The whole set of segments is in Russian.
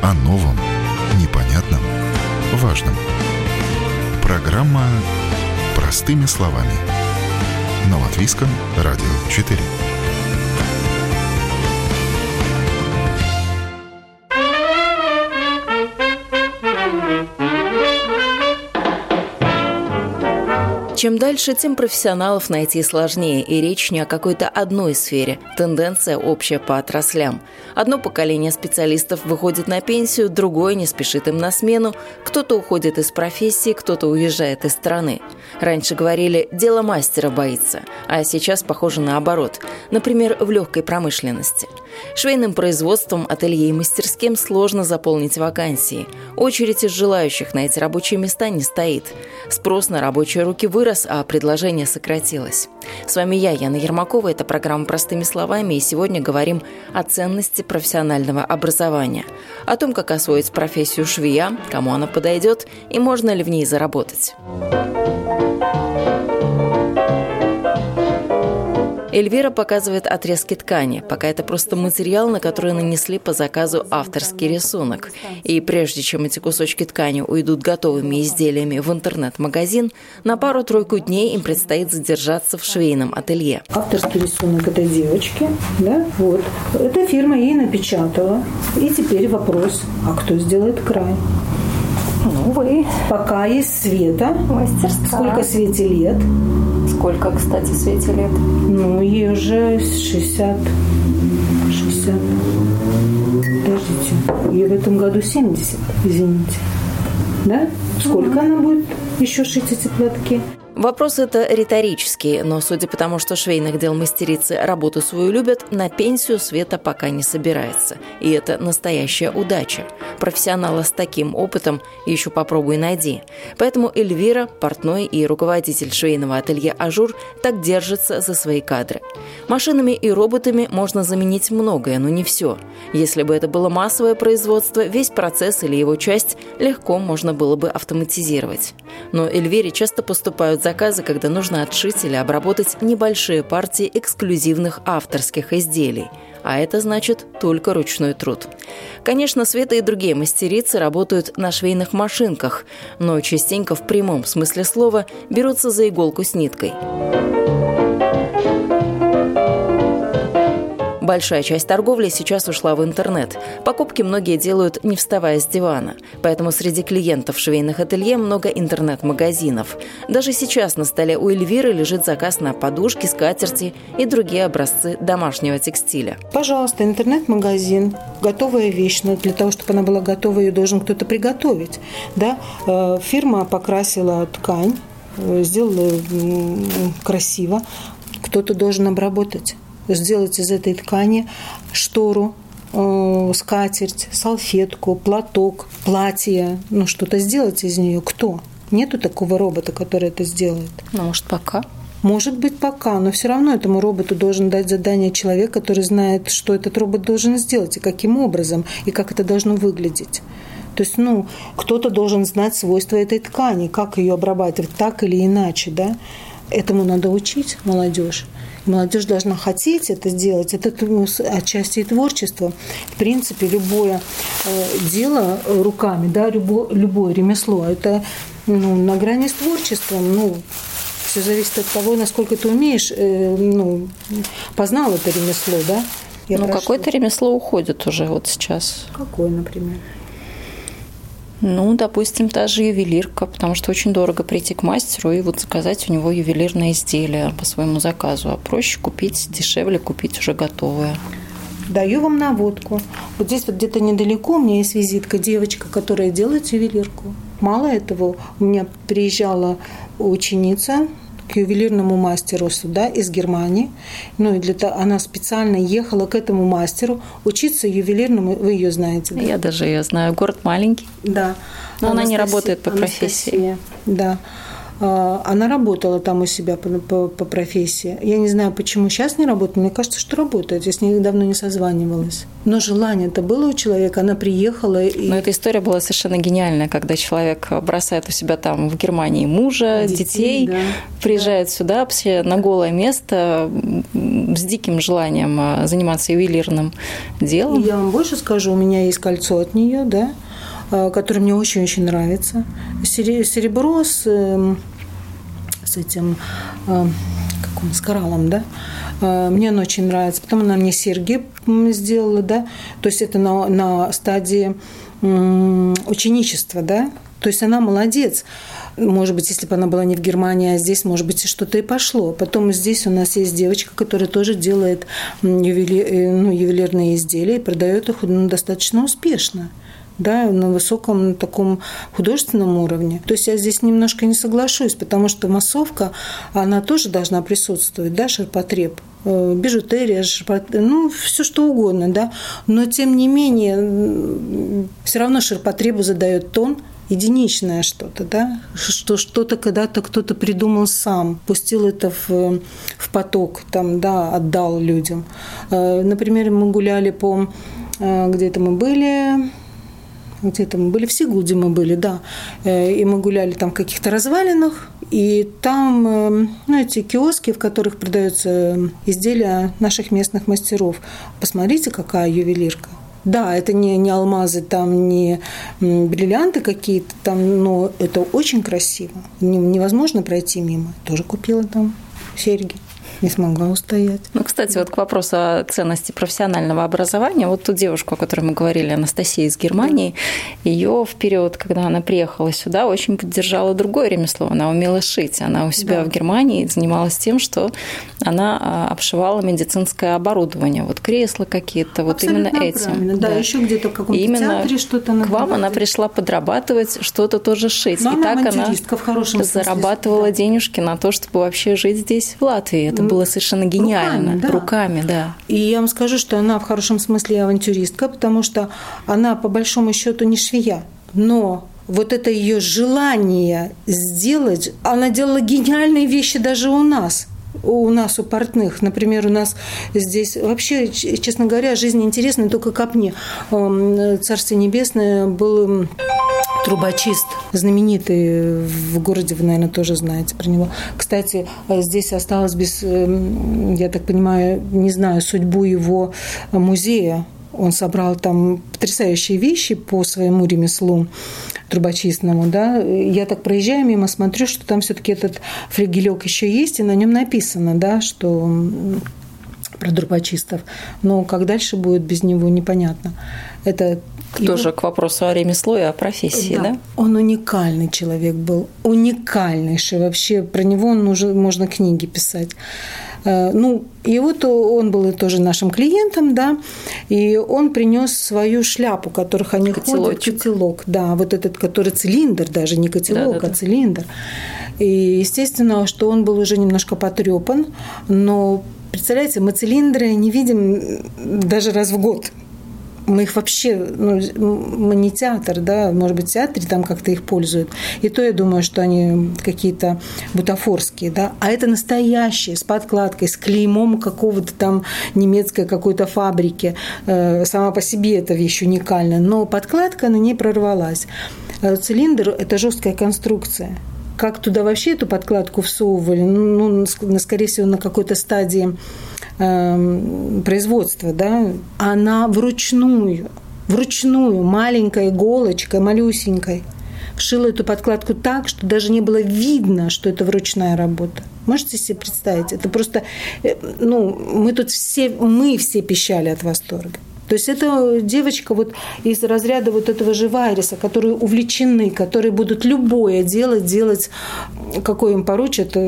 О новом, непонятном, важном. Программа «Простыми словами» на Латвийском радио 4. Чем дальше, тем профессионалов найти сложнее, и речь не о какой-то одной сфере. Тенденция общая по отраслям. Одно поколение специалистов выходит на пенсию, другое не спешит им на смену. Кто-то уходит из профессии, кто-то уезжает из страны. Раньше говорили «дело мастера боится», а сейчас похоже наоборот. Например, в легкой промышленности. Швейным производством, ателье и мастерским сложно заполнить вакансии. Очередь из желающих на эти рабочие места не стоит. Спрос на рабочие руки вырос, а предложение сократилось. С вами я, Яна Ермакова. Это программа «Простыми словами», и сегодня говорим о ценности профессионального образования, о том, как освоить профессию швея, кому она подойдет и можно ли в ней заработать. Эльвира показывает отрезки ткани, пока это просто материал, на который нанесли по заказу авторский рисунок. И прежде чем эти кусочки ткани уйдут готовыми изделиями в интернет-магазин, на пару-тройку дней им предстоит задержаться в швейном ателье. Авторский рисунок этой девочки, да, вот. Эта фирма ей напечатала. И теперь вопрос, а кто сделает край? Ну, вы. Пока есть Света. Мастерская. Сколько Свете лет? Сколько, кстати, Свете лет? Ну, ей уже 60. Подождите. Ей в этом году 70, извините. Да? Сколько она будет еще шить эти платки? Вопрос это риторический, но судя по тому, что швейных дел мастерицы работу свою любят, на пенсию Света пока не собирается. И это настоящая удача. Профессионала с таким опытом еще попробуй найди. Поэтому Эльвира, портной и руководитель швейного ателье «Ажур» так держится за свои кадры. Машинами и роботами можно заменить многое, но не все. Если бы это было массовое производство, весь процесс или его часть легко можно было бы автоматизировать. Но Эльвире часто поступают заказы, когда нужно отшить или обработать небольшие партии эксклюзивных авторских изделий. А это значит только ручной труд. Конечно, Света и другие мастерицы работают на швейных машинках, но частенько в прямом смысле слова берутся за иголку с ниткой. Большая часть торговли сейчас ушла в интернет. Покупки многие делают, не вставая с дивана. Поэтому среди клиентов швейных ателье много интернет-магазинов. Даже сейчас на столе у Эльвиры лежит заказ на подушки, скатерти и другие образцы домашнего текстиля. Пожалуйста, интернет-магазин. Готовая вещь, но для того, чтобы она была готова, ее должен кто-то приготовить. Да? Фирма покрасила ткань, сделала красиво. Кто-то должен обработать. Сделать из этой ткани штору, скатерть, салфетку, платок, платье. Ну, что-то сделать из нее. Кто? Нету такого робота, который это сделает. Ну, может, пока? Может быть, пока, но все равно этому роботу должен дать задание человек, который знает, что этот робот должен сделать, и каким образом, и как это должно выглядеть. То есть, кто-то должен знать свойства этой ткани, как ее обрабатывать так или иначе, да? Этому надо учить молодежь. Молодежь должна хотеть это сделать. Это отчасти и творчество. В принципе, любое дело руками, да, любое ремесло, это на грани с творчеством. Все зависит от того, насколько ты умеешь, познал это ремесло, да? Какое-то ремесло уходит уже вот сейчас. Какое, например? Допустим, та же ювелирка, потому что очень дорого прийти к мастеру и заказать у него ювелирное изделие по своему заказу. А проще купить, дешевле купить уже готовое. Даю вам наводку. Вот здесь вот где-то недалеко у меня есть визитка, девочка, которая делает ювелирку. Мало этого, у меня приезжала ученица к ювелирному мастеру сюда из Германии. Она специально ехала к этому мастеру учиться ювелирному. Вы ее знаете, да? Я даже ее знаю. Город маленький. Да. Но она не работает по профессии. Да. Она работала там у себя по профессии. Я не знаю, почему сейчас не работает. Мне кажется, что работает. Я с ней давно не созванивалась. Но желание-то было у человека. Она приехала. Но эта история была совершенно гениальная, когда человек бросает у себя там в Германии мужа, детей, да, приезжает сюда вообще на голое место с диким желанием заниматься ювелирным делом. Я вам больше скажу, у меня есть кольцо от нее, да, которое мне очень-очень нравится. Серебро с этим, с кораллом, да. Мне оно очень нравится. Потом она мне серьги сделала, да. То есть это на стадии ученичества, да. То есть она молодец. Может быть, если бы она была не в Германии, а здесь, может быть, что-то и пошло. Потом здесь у нас есть девочка, которая тоже делает ювелирные изделия и продает их достаточно успешно. Да, на высоком таком художественном уровне. То есть я здесь немножко не соглашусь, потому что массовка, она тоже должна присутствовать, да, ширпотреб, бижутерия, все что угодно, да. Но тем не менее, все равно ширпотребу задает тон, единичное что-то, да, что-то когда-то кто-то придумал сам, пустил это в поток, там, да, отдал людям. Например, мы гуляли где-то мы были в Сигулде мы были, да, и мы гуляли там в каких-то развалинах, и там, эти киоски, в которых продаются изделия наших местных мастеров. Посмотрите, какая ювелирка. Да, это не алмазы, там не бриллианты какие-то, там, но это очень красиво. Невозможно пройти мимо. Тоже купила там серьги. Не смогла устоять. Кстати, вот к вопросу о ценности профессионального образования. Вот ту девушку, о которой мы говорили, Анастасия из Германии, ее в период, когда она приехала сюда, очень поддержала другое ремесло. Она умела шить. Она у себя в Германии занималась тем, что она обшивала медицинское оборудование. Вот кресла какие-то, вот именно этим. Да, еще где-то в каком-то театре что-то. К вам она пришла подрабатывать, что-то тоже шить. Но и так она в хорошем зарабатывала денежки на то, чтобы вообще жить здесь, в Латвии. Это было совершенно гениально. Руками, да. И я вам скажу, что она в хорошем смысле авантюристка, потому что она, по большому счету, не швея. Но вот это ее желание сделать, она делала гениальные вещи даже у нас, у портных. Например, у нас здесь вообще, честно говоря, жизнь интересная только копни. Царствие небесное был трубочист, знаменитый в городе, вы, наверное, тоже знаете про него. Кстати, здесь осталось без, я так понимаю, не знаю судьбу его музея. Он собрал там потрясающие вещи по своему ремеслу трубочистному, да. Я так проезжаю мимо, смотрю, что там все-таки этот флигелек еще есть, и на нем написано, да, что про трубочистов. Но как дальше будет без него, непонятно. Это тоже к вопросу о ремеслу и о профессии, да? Он уникальный человек был, уникальнейший. Вообще про него можно книги писать. И вот он был тоже нашим клиентом, да, и он принес свою шляпу, которых они ходят, котелок, да, вот этот, который цилиндр, даже не котелок, а цилиндр. И естественно, что он был уже немножко потрепан, но представляете, мы цилиндры не видим даже раз в год. Мы их вообще, мы не театр, да, может быть, в театре там как-то их пользуют. И то я думаю, что они какие-то бутафорские, да. А это настоящие, с подкладкой, с клеймом какого-то там немецкой какой-то фабрики. Сама по себе эта вещь уникальная, но подкладка на ней прорвалась. Цилиндр – это жесткая конструкция. Как туда вообще эту подкладку всовывали? Скорее всего, на какой-то стадии производства, да, она вручную, маленькой иголочкой, малюсенькой, вшила эту подкладку так, что даже не было видно, что это вручная работа. Можете себе представить? Это просто, мы все пищали от восторга. То есть это девочка вот из разряда вот этого живариса, которые увлечены, которые будут любое делать, какое им поручат,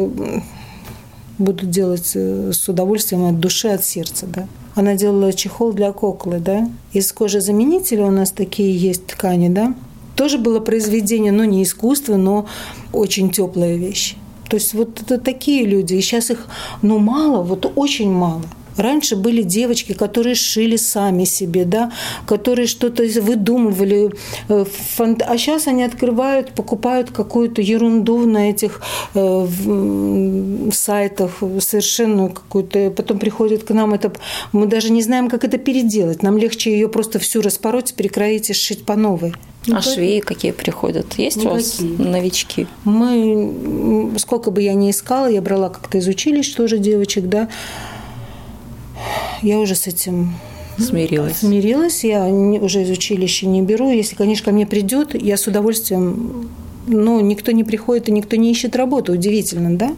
будут делать с удовольствием от души, от сердца, да. Она делала чехол для куклы, да. Из кожезаменителя у нас такие есть ткани, да. Тоже было произведение, не искусство, но очень теплая вещь. То есть вот это такие люди. И сейчас их, мало, вот очень мало. Раньше были девочки, которые шили сами себе, да, которые что-то выдумывали. А сейчас они открывают, покупают какую-то ерунду на этих сайтах, совершенно какую-то. Потом приходят к нам, мы даже не знаем, как это переделать. Нам легче ее просто всю распороть, перекроить и сшить по новой. А швеи какие приходят? Есть у вас новички? Мы, сколько бы я ни искала, я брала как-то из училищ тоже девочек, да, я уже с этим смирилась. Я уже из училища не беру. Если, конечно, ко мне придет, я с удовольствием. Но никто не приходит и никто не ищет работу. Удивительно, да?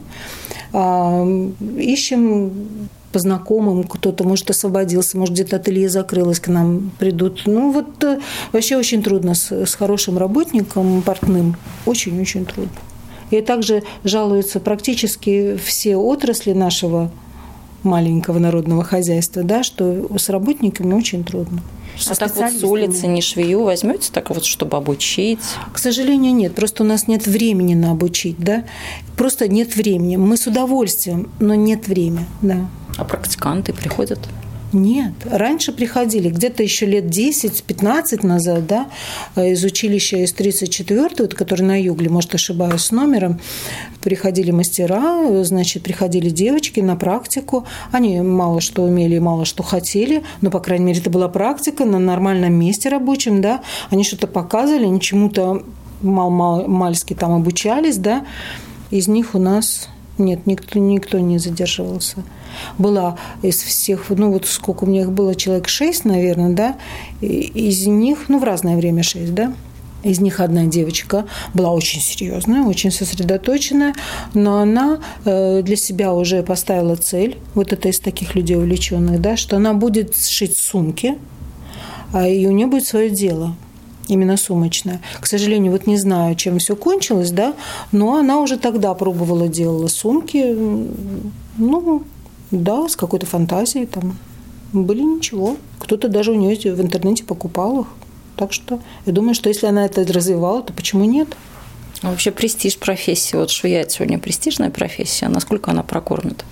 Ищем по знакомым, кто-то, может, освободился, может, где-то ателье закрылось, к нам придут. Ну, вот вообще очень трудно с хорошим работником, портным. Очень-очень трудно. И также жалуются практически все отрасли нашего маленького народного хозяйства, да, что с работниками очень трудно. А так вот с улицы не швею возьмете, так вот, чтобы обучить? К сожалению, нет. Просто у нас нет времени на обучить, да. Просто нет времени. Мы с удовольствием, но нет времени, да. А практиканты приходят? Нет. Раньше приходили, где-то еще лет 10-15 назад, да, из училища из 34-го, который на Югле, может, ошибаюсь с номером, приходили мастера, значит, приходили девочки на практику. Они мало что умели и мало что хотели, но, по крайней мере, это была практика на нормальном месте рабочем, да. Они что-то показывали, они чему-то мальски там обучались, да. Из них у нас нет, никто не задерживался. Была из всех, ну вот сколько у меня их было, человек 6, наверное, да, из них, ну в разное время 6, да, из них одна девочка была очень серьезная, очень сосредоточенная, но она для себя уже поставила цель, вот это из таких людей увлеченных, да, что она будет шить сумки, и у нее будет свое дело. Именно сумочная. К сожалению, вот не знаю, чем все кончилось, да, но она уже тогда пробовала, делала сумки, ну, да, с какой-то фантазией там. Были ничего. Кто-то даже у нее в интернете покупал их. Так что я думаю, что если она это развивала, то почему нет? А вообще престиж профессии. Вот швея сегодня престижная профессия. Насколько она прокормит?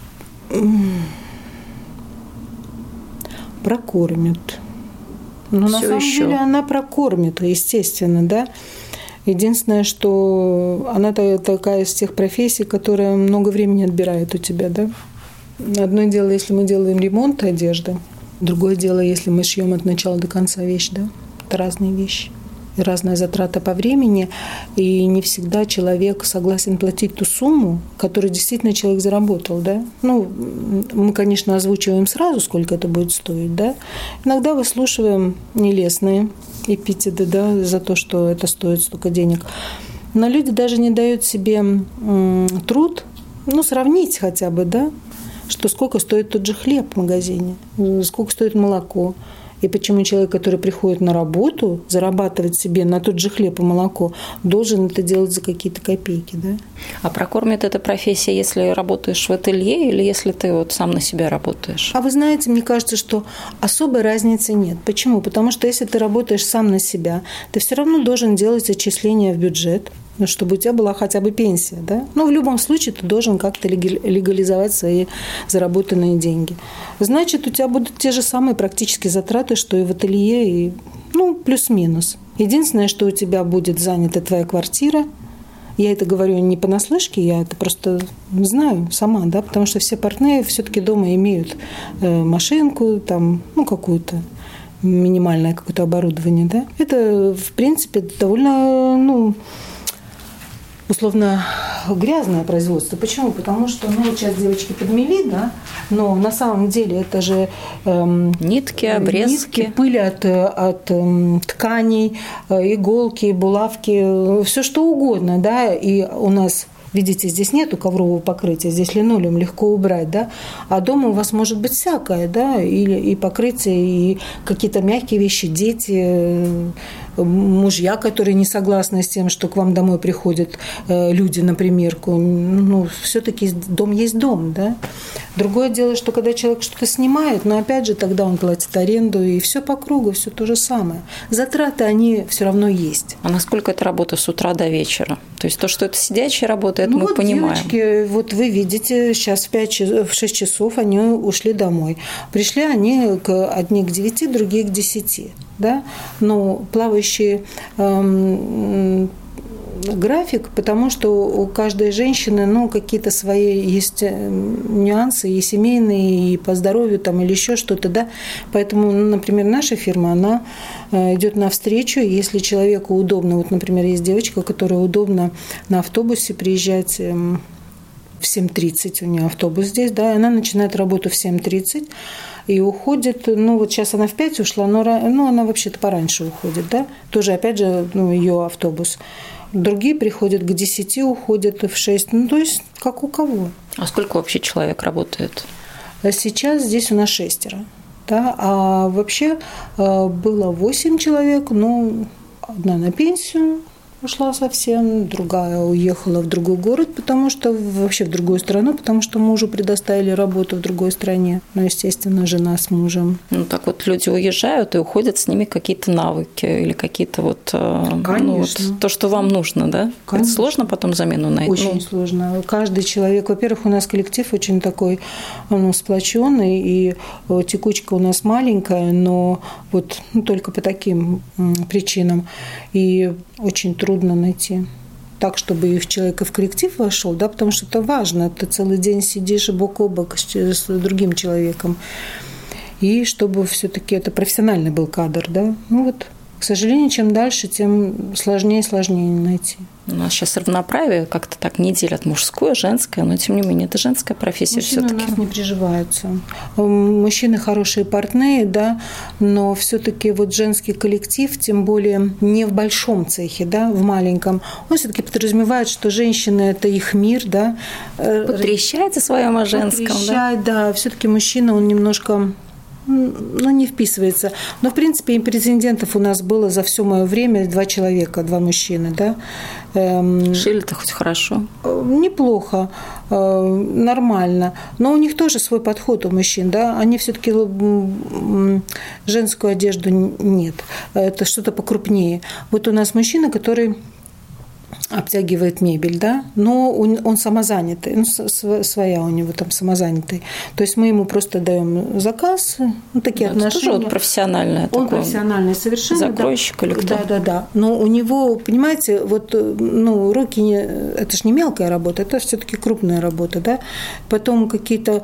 Прокормит. Но на самом деле она прокормит, естественно, да. Единственное, что она такая из тех профессий, которая много времени отбирает у тебя, да. Одно дело, если мы делаем ремонт одежды, другое дело, если мы шьем от начала до конца вещь, да. Это разные вещи. И разная затрата по времени, и не всегда человек согласен платить ту сумму, которую действительно человек заработал, да. Ну, мы, конечно, озвучиваем сразу, сколько это будет стоить, да. Иногда выслушиваем нелестные эпитеты, да, за то, что это стоит столько денег. Но люди даже не дают себе труд, ну, сравнить хотя бы, да, что сколько стоит тот же хлеб в магазине, сколько стоит молоко. И почему человек, который приходит на работу, зарабатывать себе на тот же хлеб и молоко, должен это делать за какие-то копейки, да? А прокормит эта профессия, если работаешь в ателье или если ты вот сам на себя работаешь? А вы знаете, мне кажется, что особой разницы нет. Почему? Потому что если ты работаешь сам на себя, ты все равно должен делать отчисления в бюджет, чтобы у тебя была хотя бы пенсия, да? Но в любом случае ты должен как-то легализовать свои заработанные деньги. Значит, у тебя будут те же самые практически затраты, что и в ателье, и, ну, плюс-минус. Единственное, что у тебя будет занята твоя квартира. Я это говорю не понаслышке, я это просто знаю сама, да, потому что все портные все-таки дома имеют машинку, там, ну, какую-то минимальное какое-то оборудование, да. Это, в принципе, довольно, ну, условно грязное производство. Почему? Потому что, ну, сейчас девочки подмели, да, но на самом деле это же нитки, обрезки, нитки, пыль от тканей, иголки, булавки, все что угодно, да, и у нас, видите, здесь нету коврового покрытия, здесь линолеум легко убрать, да, а дома у вас может быть всякое, да, и покрытие, и какие-то мягкие вещи, дети, мужья, которые не согласны с тем, что к вам домой приходят люди на примерку. Ну, все-таки дом есть дом, да. Другое дело, что когда человек что-то снимает, но опять же тогда он платит аренду, и все по кругу, все то же самое. Затраты, они все равно есть. А насколько это работа с утра до вечера? То есть то, что это сидячая работа, это мы вот понимаем. Девочки, вот вы видите, сейчас в 6 часов они ушли домой. Пришли они одни к 9, другие к 10. Да? Но плавающие график, потому что у каждой женщины, ну, какие-то свои есть нюансы, и семейные, и по здоровью, там, или еще что-то, да. Поэтому, например, наша фирма, она идет навстречу, если человеку удобно, вот, например, есть девочка, которая удобно на автобусе приезжать в 7:30, у нее автобус здесь, да, и она начинает работу в 7:30 и уходит, ну, вот сейчас она в 5 ушла, но она вообще-то пораньше уходит, да, тоже, опять же, ну, ее автобус. Другие приходят к 10, уходят в 6. Ну, то есть, как у кого. А сколько вообще человек работает? Сейчас здесь у нас 6. Да? А вообще было 8 человек, но одна на пенсию ушла совсем, другая уехала в другой город, потому что вообще в другую страну, потому что мужу предоставили работу в другой стране. Ну, естественно, жена с мужем. Ну, так вот люди уезжают и уходят с ними какие-то навыки или какие-то вот, ну, вот то, что вам нужно, да? Конечно. Это сложно потом замену найти? Очень сложно. Каждый человек, во-первых, у нас коллектив очень такой, сплоченный, и текучка у нас маленькая, но вот только по таким причинам. И очень трудно найти так, чтобы и человек в коллектив вошел, да, потому что это важно. Ты целый день сидишь бок о бок с другим человеком. И чтобы все-таки это профессиональный был кадр, да. Ну вот, к сожалению, чем дальше, тем сложнее и сложнее найти. У нас сейчас равноправие как-то так не делят мужское, женское, но тем не менее это женская профессия все-таки. Мужчины у нас не приживаются. Мужчины хорошие портные, да, но все-таки вот женский коллектив, тем более не в большом цехе, да, в маленьком, он все-таки подразумевает, что женщины – это их мир, да. Потрещает о своем о женском, потрещает, да. Все-таки мужчина, он немножко... Ну, не вписывается. Но, в принципе, и претендентов у нас было за все мое время 2 человека, 2 мужчины, да. Шили-то хоть хорошо? Неплохо, нормально. Но у них тоже свой подход у мужчин, да. Они все-таки женскую одежду нет. Это что-то покрупнее. Вот у нас мужчина, который обтягивает мебель, да, но он самозанятый, ну, своя у него там самозанятый. То есть мы ему просто даем заказ, ну, такие отношения. Это тоже вот профессиональное. Он профессиональный совершенно. Закройщик или кто? Да. Но у него, понимаете, вот, ну, руки, это ж не мелкая работа, это все-таки крупная работа, да. Потом какие-то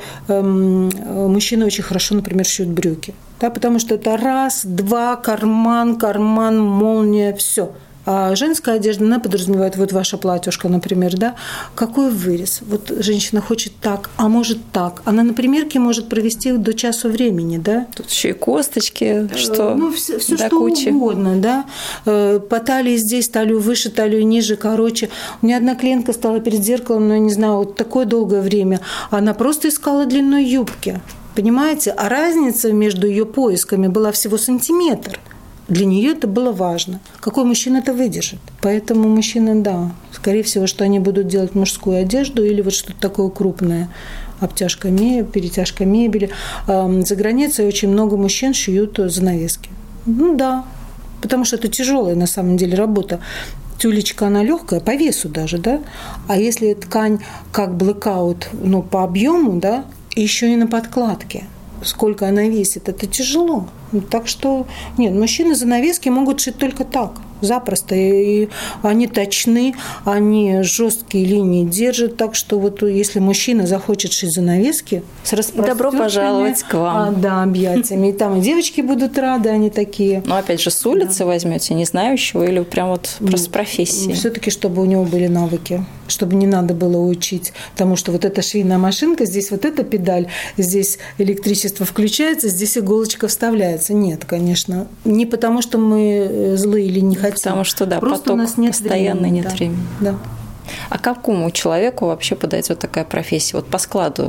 мужчины очень хорошо, например, шьют брюки, да, потому что это раз, два, карман, молния, все. А женская одежда, она подразумевает, вот ваша платьюшка, например, да, какой вырез. Вот женщина хочет так, а может так. Она на примерке может провести до часу времени, да. Тут еще и косточки, что ну, все что кучи. Угодно, да. По талии здесь, талию выше, талию ниже, короче. У меня одна клиентка стала перед зеркалом, ну, я не знаю, вот такое долгое время. Она просто искала длину юбки, понимаете? А разница между ее поисками была всего сантиметр. Для нее это было важно. Какой мужчина это выдержит? Поэтому мужчины, да, скорее всего, что они будут делать мужскую одежду или вот что-то такое крупное, обтяжка мебели, перетяжка мебели. За границей очень много мужчин шьют занавески. Ну да, потому что это тяжелая на самом деле работа. Тюлечка, она легкая, по весу даже, да. А если ткань как блэкаут, ну, по объему, да, еще и на подкладке, сколько она весит, это тяжело. Так что, нет, мужчины занавески могут шить только так, запросто. И они точны, они жесткие линии держат. Так что вот если мужчина захочет шить занавески с распростертыми... Добро пожаловать к вам. Да, объятиями. И там и девочки будут рады, они такие. Но опять же, с улицы возьмете, не знающего, или прям вот просто с профессии? Все-таки, чтобы у него были навыки, чтобы не надо было учить. Потому что вот эта швейная машинка, здесь вот эта педаль, здесь электричество включается, здесь иголочка вставляется. Нет, конечно. Не потому, что мы злые или не хотим. Потому что, да, просто поток у нас нет постоянно, времени, нет времени. Да. А какому человеку вообще подойдет такая профессия? Вот по складу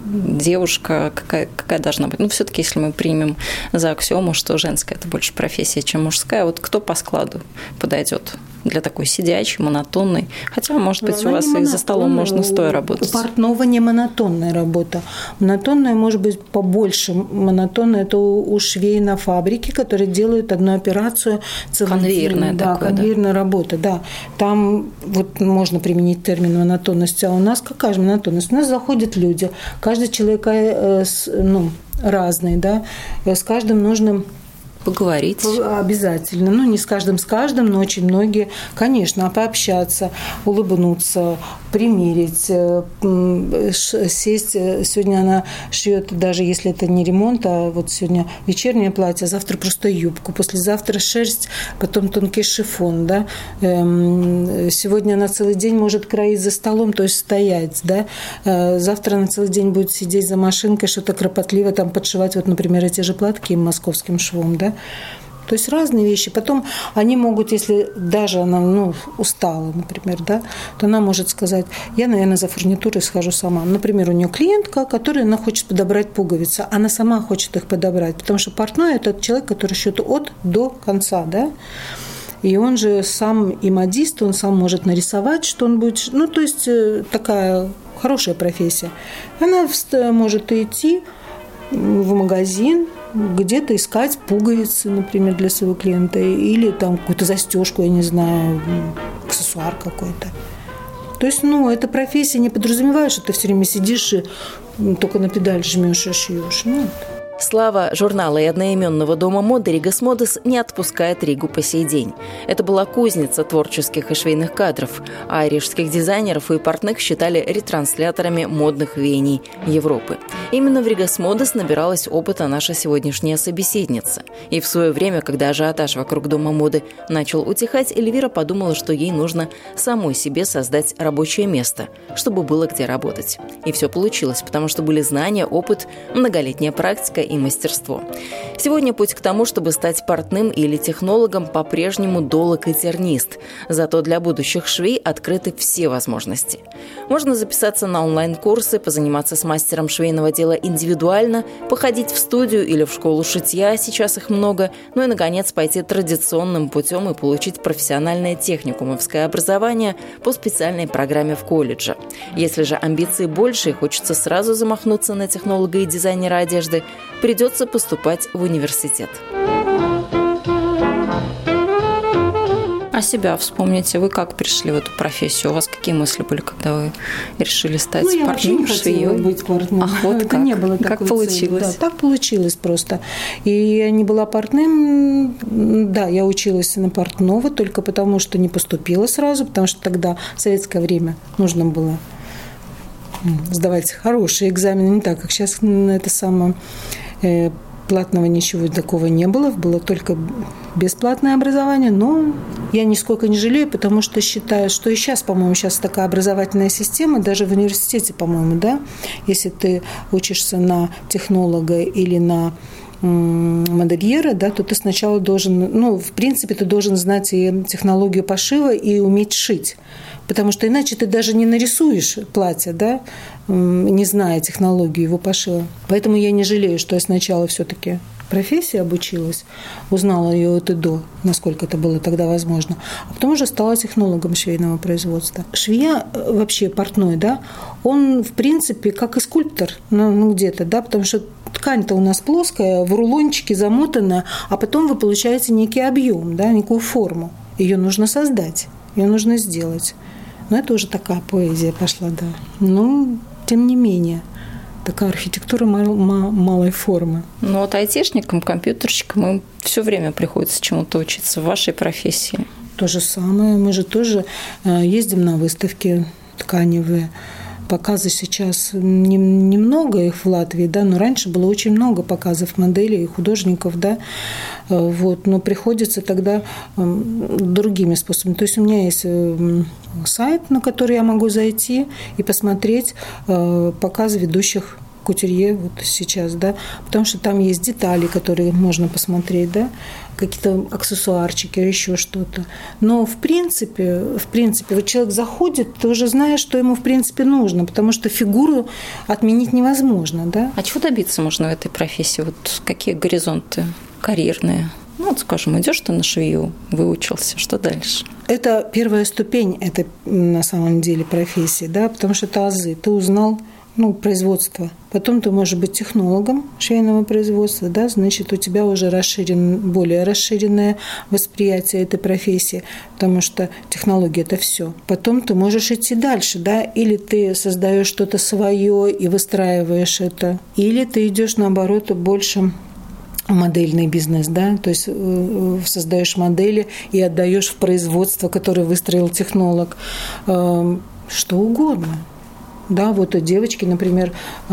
девушка, какая должна быть? Ну, все-таки, если мы примем за аксиому, что женская – это больше профессия, чем мужская, вот кто по складу подойдет для такой сидячей, монотонной? Хотя, может быть, у вас и за столом можно стоя работать. У портного не монотонная работа. Монотонная, может быть, побольше. Монотонная – это у швей на фабрике, которые делают одну операцию целый конвейерная день. такая, конвейерная работа, да. Там вот можно применить термин монотонность. А у нас какая же монотонность? У нас заходят люди. Каждый человек разный, да. С каждым нужно поговорить. Обязательно. Ну, не с каждым, но очень многие, конечно, пообщаться, улыбнуться, примерить, сесть. Сегодня она шьет, даже если это не ремонт, а вот сегодня вечернее платье, завтра просто юбку, послезавтра шерсть, потом тонкий шифон, да. Сегодня она целый день может кроить за столом, то есть стоять, да. Завтра она целый день будет сидеть за машинкой, что-то кропотливо там подшивать, вот, например, эти же платки московским швом, да. То есть разные вещи. Потом они могут, если даже она устала, например, да, то она может сказать, я, наверное, за фурнитурой схожу сама. Например, у нее клиентка, которой она хочет подобрать пуговицы. Она сама хочет их подобрать, потому что портной – это человек, который шьет от до конца, да. И он же сам и модист, он сам может нарисовать, что он будет... Ну, то есть такая хорошая профессия. Она может идти в магазин, где-то искать пуговицы, например, для своего клиента, или там какую-то застежку, я не знаю, аксессуар какой-то. То есть, эта профессия не подразумевает, что ты все время сидишь и только на педаль жмешь и шьешь. Слава журнала и одноименного дома моды «Ригас Модес» не отпускает Ригу по сей день. Это была кузница творческих и швейных кадров, а рижских дизайнеров и портных считали ретрансляторами модных веяний Европы. Именно в «Ригас Модес» набиралась опыта наша сегодняшняя собеседница. И в свое время, когда ажиотаж вокруг дома моды начал утихать, Эльвира подумала, что ей нужно самой себе создать рабочее место, чтобы было где работать. И все получилось, потому что были знания, опыт, многолетняя практика и мастерство. Сегодня путь к тому, чтобы стать портным или технологом, по-прежнему долг и тернист. Зато для будущих швей открыты все возможности. Можно записаться на онлайн-курсы, позаниматься с мастером швейного дела индивидуально, походить в студию или в школу шитья, сейчас их много, ну и, наконец, пойти традиционным путем и получить профессиональное техникумовское образование по специальной программе в колледже. Если же амбиции больше и хочется сразу замахнуться на технолога и дизайнера одежды, придется поступать в университет. А себя вспомните, вы как пришли в эту профессию? У вас какие мысли были, когда вы решили стать портным, швеей? Я вообще не хотела быть портным. Вот это как? Не было такой как получилось? Да, так получилось просто. И я не была портным. Да, я училась на портного только потому, что не поступила сразу, потому что тогда, в советское время, нужно было сдавать хорошие экзамены, не так, как сейчас это самое... Платного ничего такого не было, было только бесплатное образование, но я нисколько не жалею, потому что считаю, что и сейчас, по-моему, сейчас такая образовательная система, даже в университете, по-моему, да, если ты учишься на технолога или на модельера, да, то ты сначала должен, в принципе, ты должен знать и технологию пошива, и уметь шить. Потому что иначе ты даже не нарисуешь платье, да, не зная технологию его пошива. Поэтому я не жалею, что я сначала все-таки профессии обучилась, узнала ее от и до, насколько это было тогда возможно, а потом уже стала технологом швейного производства. Швея, вообще портной, да, он, в принципе, как и скульптор, где-то, да, потому что ткань-то у нас плоская, в рулончике замотанная, а потом вы получаете некий объем, да, некую форму. Ее нужно создать, ее нужно сделать. Но это уже такая поэзия пошла, да. Но, тем не менее, такая архитектура малой формы. Ну вот айтишникам, компьютерщикам им все время приходится чему-то учиться в вашей профессии. То же самое. Мы же тоже ездим на выставки тканевые. Показы сейчас немного их в Латвии, да, но раньше было очень много показов моделей и художников, да, вот, но приходится тогда другими способами. То есть у меня есть сайт, на который я могу зайти и посмотреть показы ведущих кутюрье вот сейчас, да, потому что там есть детали, которые можно посмотреть, да, какие-то аксессуарчики, еще что-то. Но в принципе, вот человек заходит, ты уже знаешь, что ему в принципе нужно, потому что фигуру отменить невозможно, да. А чего добиться можно в этой профессии? Вот какие горизонты карьерные? Ну, вот, скажем, идешь ты на швею, выучился, что дальше? Это первая ступень, это на самом деле профессии, да, потому что это азы. Ты узнал, производство. Потом ты можешь быть технологом швейного производства, да, значит, у тебя уже более расширенное восприятие этой профессии, потому что технология – это все. Потом ты можешь идти дальше, да, или ты создаешь что-то свое и выстраиваешь это, или ты идешь, наоборот, больше модельный бизнес, да, то есть создаешь модели и отдаешь в производство, которое выстроил технолог, что угодно. Да, вот девочки, например,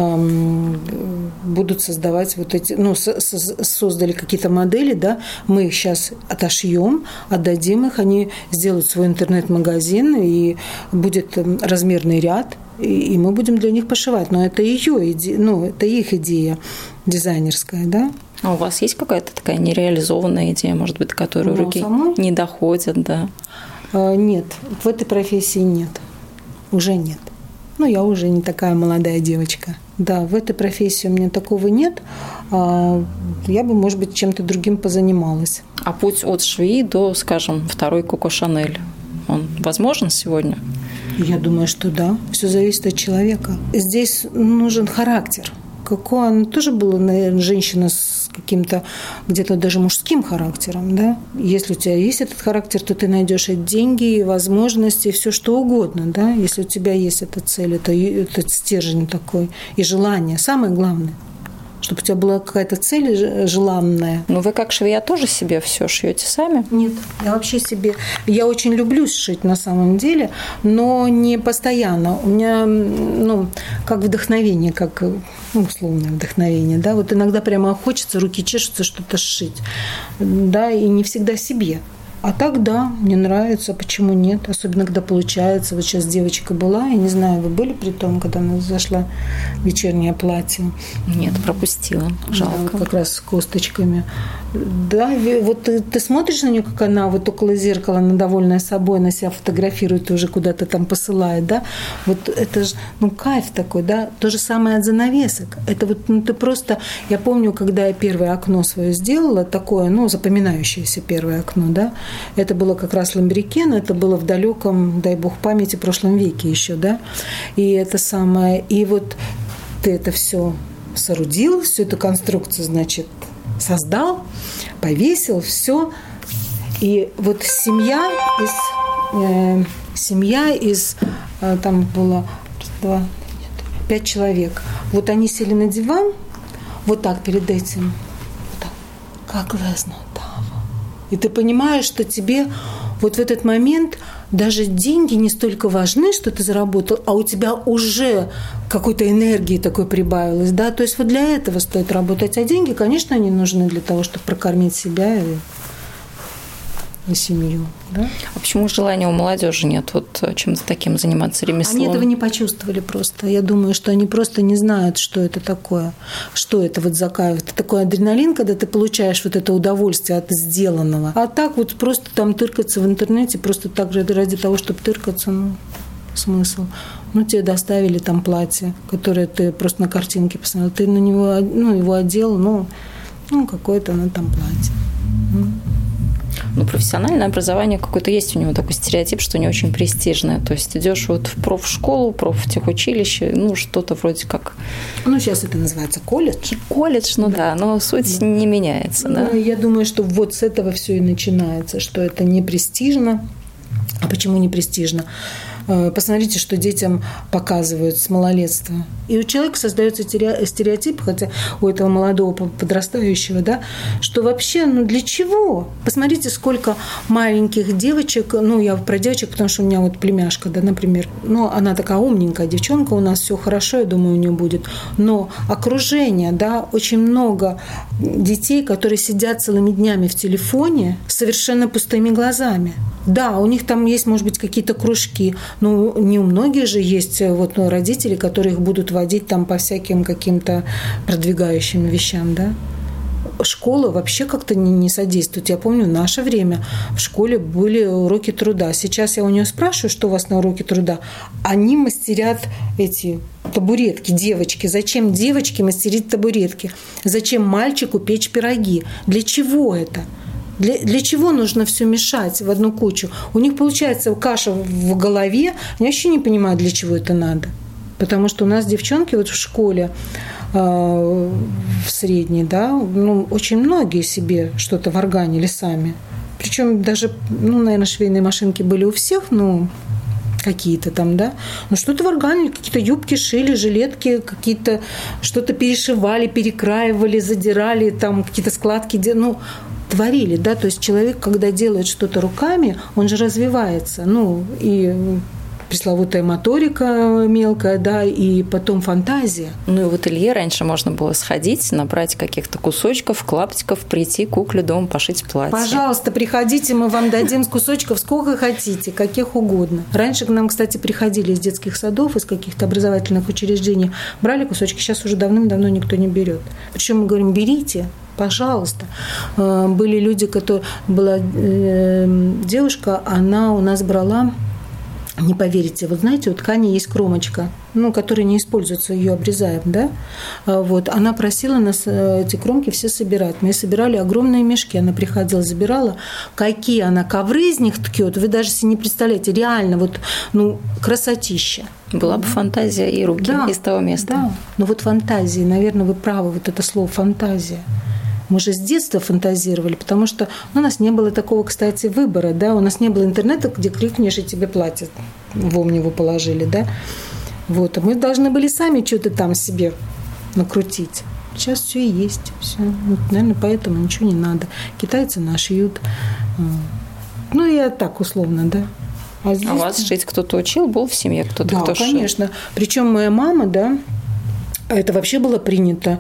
будут создавать вот эти, создали какие-то модели, да, мы их сейчас отошьем, отдадим их, они сделают свой интернет-магазин, и будет размерный ряд, и мы будем для них пошивать. Но это ее идея, это их идея дизайнерская, да. А у вас есть какая-то такая нереализованная идея, может быть, до которой руки не доходят, да? Нет, в этой профессии нет, уже нет. Я уже не такая молодая девочка. Да, в этой профессии у меня такого нет. Я бы, может быть, чем-то другим позанималась. А путь от швеи до, скажем, второй Коко Шанель, он возможен сегодня? Я думаю, что да. Все зависит от человека. Здесь нужен характер. Коко, она тоже была, наверное, женщина с каким-то где-то даже мужским характером, да. Если у тебя есть этот характер, то ты найдешь и деньги, и возможности, и все что угодно, да. Если у тебя есть эта цель, это стержень такой, и желание, самое главное, чтобы у тебя была какая-то цель желанная. Но вы как швея тоже себе все шьете сами? Нет, я вообще себе... Я очень люблю сшить на самом деле, но не постоянно. У меня, как вдохновение, как условное вдохновение, да, вот иногда прямо хочется, руки чешутся что-то сшить, да, и не всегда себе. А так, да, мне нравится, почему нет? Особенно, когда получается. Вот сейчас девочка была, я не знаю, вы были при том, когда она зашла в вечернее платье? Нет, пропустила, жалко. Да, как раз с косточками. Да, вот ты смотришь на нее, как она вот около зеркала, она довольная собой, она себя фотографирует и уже куда-то там посылает, да? Вот это же, кайф такой, да? То же самое от занавесок. Это вот, ты просто... Я помню, когда я первое окно свое сделала, такое, запоминающееся первое окно, да? Это было как раз ламбрикен, это было в далеком, дай бог памяти, прошлом веке еще, да? И это самое... И вот ты это все соорудил, всю эту конструкцию, значит, создал, повесил, все. И вот семья из там было 5 человек. Вот они сели на диван, вот так перед этим, вот так, как лезно, да. И ты понимаешь, что тебе вот в этот момент даже деньги не столько важны, что ты заработал, а у тебя уже какой-то энергии такой прибавилось, да, то есть вот для этого стоит работать, а деньги, конечно, они нужны для того, чтобы прокормить себя и семью, да. А почему желания у молодежи нет вот чем-то таким заниматься ремеслом? Они этого не почувствовали просто. Я думаю, что они просто не знают, что это такое, что это вот за кайф. Это такой адреналин, когда ты получаешь вот это удовольствие от сделанного. А так вот просто там тыркаться в интернете, просто так же ради того, чтобы тыркаться, смысл. Тебе доставили там платье, которое ты просто на картинке посмотрел, ты на него, его одел, какое-то оно там платье. Профессиональное образование какое-то есть у него такой стереотип, что не очень престижное. То есть идешь вот в профшколу, профтехучилище, что-то вроде как... Сейчас это называется колледж. Колледж, да, но суть не меняется, да? Я думаю, что вот с этого все и начинается, что это не престижно. А почему не престижно? Посмотрите, что детям показывают с малолетства. И у человека создается стереотип, хотя у этого молодого подрастающего, да, что вообще, для чего? Посмотрите, сколько маленьких девочек, я про девочек, потому что у меня вот племяшка, да, например, она такая умненькая девчонка, у нас все хорошо, я думаю, у нее будет, но окружение, да, очень много детей, которые сидят целыми днями в телефоне с совершенно пустыми глазами. Да, у них там есть, может быть, какие-то кружки, Ну, не у многих же есть вот, ну, родители, которые их будут водить там по всяким каким-то продвигающим вещам, да. Школа вообще как-то не содействует. Я помню, в наше время в школе были уроки труда. Сейчас я у нее спрашиваю, что у вас на уроке труда. Они мастерят эти табуретки, девочки. Зачем девочке мастерить табуретки? Зачем мальчику печь пироги? Для чего это? Для чего нужно все мешать в одну кучу? У них получается каша в голове. Я вообще не понимаю, для чего это надо. Потому что у нас девчонки вот в школе, в средней, да, ну, очень многие себе что-то варганили сами. Причем даже, ну, наверное, швейные машинки были у всех, ну, какие-то там, да. Но что-то варганили, какие-то юбки шили, жилетки, какие-то что-то перешивали, перекраивали, задирали, там какие-то складки, ну, творили, да. То есть человек, когда делает что-то руками, он же развивается, ну, и пресловутая моторика мелкая, да, и потом фантазия. Ну и в ателье раньше можно было сходить, набрать каких-то кусочков, клаптиков, прийти, кукле дома пошить платье. Пожалуйста, приходите, мы вам дадим кусочков сколько хотите, каких угодно. Раньше к нам, кстати, приходили из детских садов, из каких-то образовательных учреждений, брали кусочки, сейчас уже давным-давно никто не берет. Причем мы говорим, берите, пожалуйста. Были люди, была девушка, она у нас брала, не поверите, вот знаете, у ткани есть кромочка, ну, которая не используется, ее обрезаем, да, вот, она просила нас эти кромки все собирать, мы собирали огромные мешки, она приходила, забирала, какие она ковры из них ткет, вы даже себе не представляете, реально, вот, ну, красотища. Была бы фантазия и руки, да, из того места. Да, но вот фантазии, наверное, вы правы, вот это слово «фантазия». Мы же с детства фантазировали, потому что у нас не было такого, кстати, выбора, да, у нас не было интернета, где кликнешь и тебе платят, в ом его положили, да, вот, а мы должны были сами что-то там себе накрутить. Сейчас все и есть, все, вот, наверное, поэтому ничего не надо. Китайцы нашьют, ну, я так условно, да. А вас шить кто-то учил, был в семье кто-то, да, кто шил? Да, конечно. Причем моя мама, да, это вообще было принято.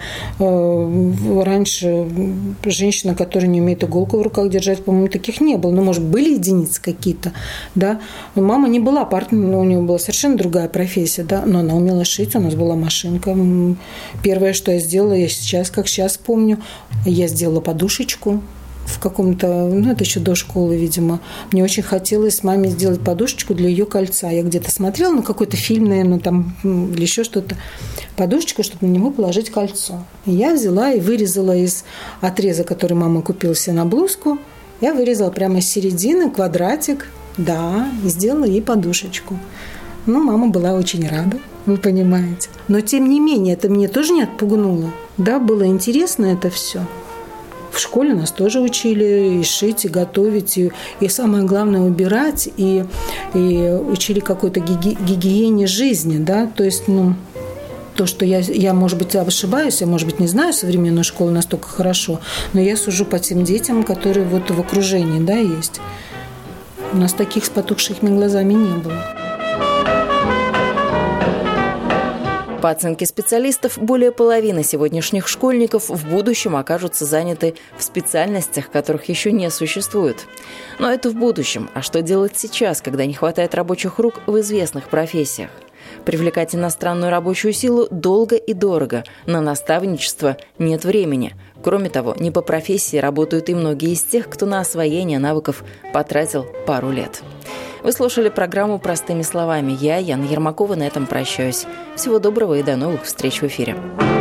Раньше женщина, которая не умеет иголку в руках держать, по-моему, таких не было. Ну, может, были единицы какие-то, да. Но мама не была партнером, у нее была совершенно другая профессия, да. Но она умела шить, у нас была машинка. Первое, что я сделала, я сейчас, как сейчас помню, я сделала подушечку в каком-то, ну, это еще до школы, видимо. Мне очень хотелось маме сделать подушечку для ее кольца. Я где-то смотрела, ну, какой-то фильм, наверное, там, или еще что-то. Подушечку, чтобы на него положить кольцо. И я взяла и вырезала из отреза, который мама купила себе на блузку, я вырезала прямо из середины квадратик, да, и сделала ей подушечку. Ну, мама была очень рада, вы понимаете. Но, тем не менее, это меня тоже не отпугнуло. Да, было интересно это все. В школе нас тоже учили и шить, и готовить, и самое главное, убирать, и учили какой-то гигиене жизни, да, то есть, ну, то, что я, может быть, ошибаюсь, я, может быть, не знаю современную школу настолько хорошо, но я сужу по тем детям, которые вот в окружении, да, есть. У нас таких с потухшими глазами не было. По оценке специалистов, более половины сегодняшних школьников в будущем окажутся заняты в специальностях, которых еще не существует. Но это в будущем. А что делать сейчас, когда не хватает рабочих рук в известных профессиях? Привлекать иностранную рабочую силу долго и дорого. На наставничество нет времени. Кроме того, не по профессии работают и многие из тех, кто на освоение навыков потратил пару лет. Вы слушали программу «Простыми словами». Я, Яна Ермакова, на этом прощаюсь. Всего доброго и до новых встреч в эфире.